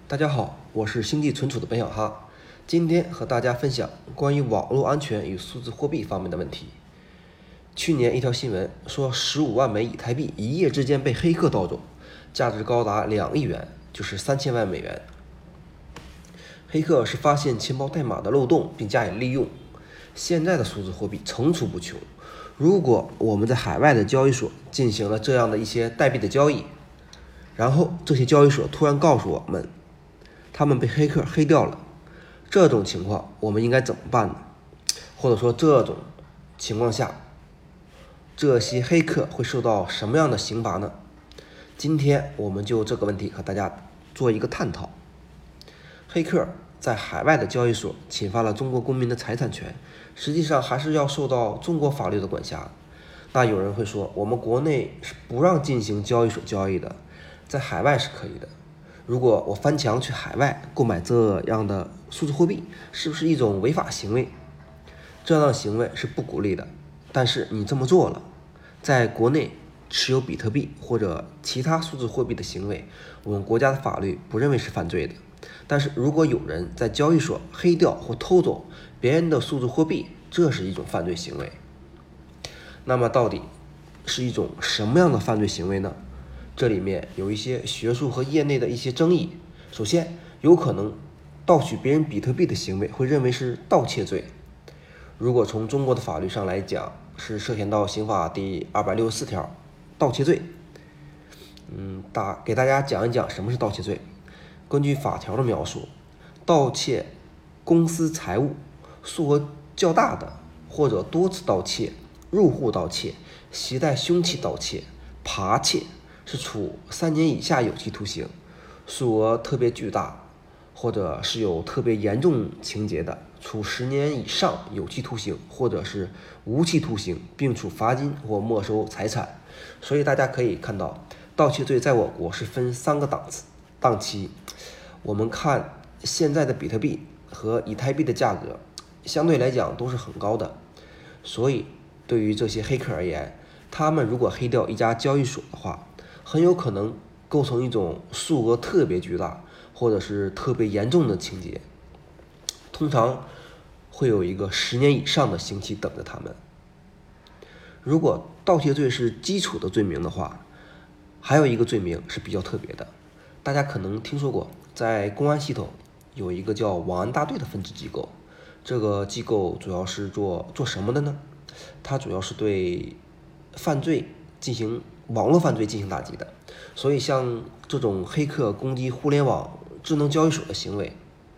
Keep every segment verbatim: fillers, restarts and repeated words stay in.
大家好，我是星际存储的本小哈，今天和大家分享关于网络安全与数字货币方面的问题。去年一条新闻说，十五万枚以太币一夜之间被黑客盗走，价值高达两亿元，就是三千万美元。黑客是发现钱包代码的漏洞并加以利用。现在的数字货币层出不穷，如果我们在海外的交易所进行了这样的一些代币的交易，然后这些交易所突然告诉我们，他们被黑客黑掉了，这种情况我们应该怎么办呢？或者说这种情况下，这些黑客会受到什么样的刑罚呢？今天我们就这个问题和大家做一个探讨。黑客在海外的交易所侵犯了中国公民的财产权，实际上还是要受到中国法律的管辖。那有人会说，我们国内是不让进行交易所交易的，在海外是可以的。如果我翻墙去海外购买这样的数字货币，是不是一种违法行为？这样的行为是不鼓励的，但是你这么做了，在国内持有比特币或者其他数字货币的行为，我们国家的法律不认为是犯罪的。但是如果有人在交易所黑掉或偷走别人的数字货币，这是一种犯罪行为。那么到底是一种什么样的犯罪行为呢？这里面有一些学术和业内的一些争议。首先，有可能盗取别人比特币的行为会认为是盗窃罪，如果从中国的法律上来讲，是涉嫌到刑法第二百六十四条盗窃罪。嗯，大给大家讲一讲什么是盗窃罪。根据法条的描述，盗窃公司财物，数额较大的，或者多次盗窃、入户盗窃、携带凶器盗窃、扒窃，是处三年以下有期徒刑；数额特别巨大，或者是有特别严重情节的，处十年以上有期徒刑，或者是无期徒刑，并处罚金或没收财产。所以大家可以看到，盗窃罪在我国是分三个档次档期。我们看现在的比特币和以太币的价格，相对来讲都是很高的，所以对于这些黑客而言，他们如果黑掉一家交易所的话，很有可能构成一种数额特别巨大或者是特别严重的情节，通常会有一个十年以上的刑期等着他们。如果盗窃罪是基础的罪名的话，还有一个罪名是比较特别的，大家可能听说过，在公安系统有一个叫网安大队的分支机构。这个机构主要是做做什么的呢？它主要是对犯罪进行网络犯罪进行打击的。所以像这种黑客攻击互联网智能交易所的行为，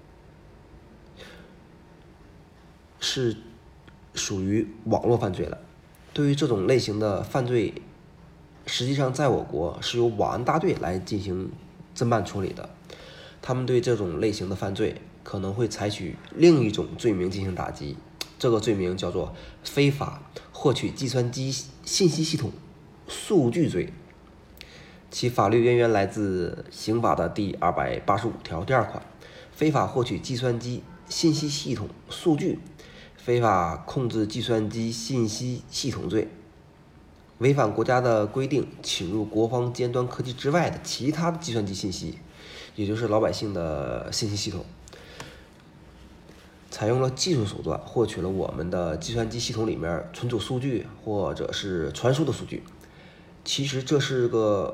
是属于网络犯罪了。对于这种类型的犯罪，实际上在我国是由网安大队来进行侦办处理的。他们对这种类型的犯罪可能会采取另一种罪名进行打击，这个罪名叫做非法获取计算机信息系统数据罪，其法律渊源来自刑法的第二百八十五条第二款，非法获取计算机信息系统数据，非法控制计算机信息系统罪，违反国家的规定侵入国防尖端科技之外的其他的计算机信息，也就是老百姓的信息系统，采用了技术手段获取了我们的计算机系统里面存储数据或者是传输的数据。其实这是个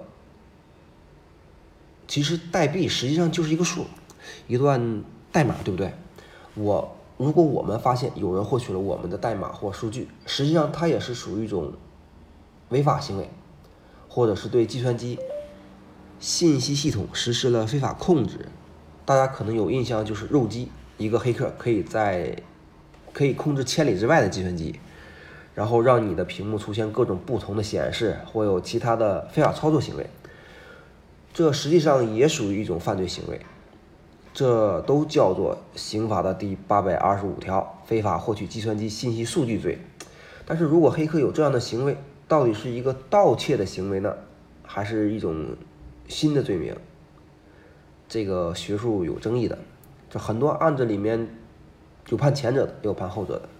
其实代币实际上就是一个数，一段代码，对不对？我如果我们发现有人获取了我们的代码或数据，实际上它也是属于一种违法行为，或者是对计算机信息系统实施了非法控制。大家可能有印象，就是肉鸡，一个黑客可以在可以控制千里之外的计算机，然后让你的屏幕出现各种不同的显示，或有其他的非法操作行为，这实际上也属于一种犯罪行为，这都叫做刑法的第八百二十五条非法获取计算机信息数据罪。但是如果黑客有这样的行为，到底是一个盗窃的行为呢，还是一种新的罪名？这个学术有争议的，这很多案子里面有判前者的，也有判后者的。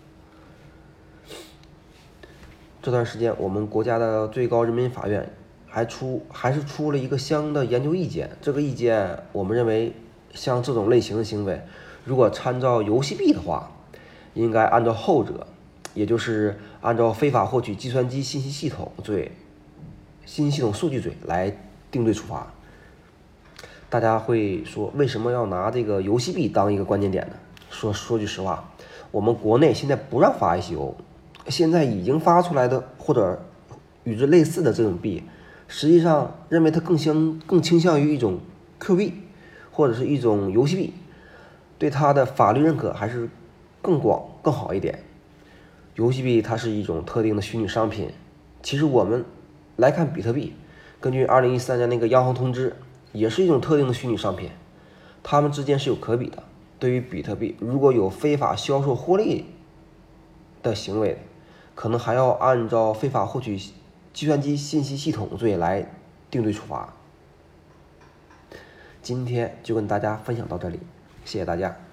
这段时间我们国家的最高人民法院还出还是出了一个相应的研究意见，这个意见我们认为像这种类型的行为，如果参照游戏币的话，应该按照后者，也就是按照非法获取计算机信息系统罪、信息系统数据罪来定罪处罚。大家会说，为什么要拿这个游戏币当一个关键点呢？说说句实话，我们国内现在不让发 I C O， 现在已经发出来的或者与之类似的这种币，实际上认为它更相更倾向于一种 Q 币或者是一种游戏币，对它的法律认可还是更广更好一点。游戏币它是一种特定的虚拟商品，其实我们来看比特币，根据二零一三年那个央行通知，也是一种特定的虚拟商品，它们之间是有可比的。对于比特币，如果有非法销售获利的行为，可能还要按照非法获取计算机信息系统罪来定罪处罚。今天就跟大家分享到这里，谢谢大家。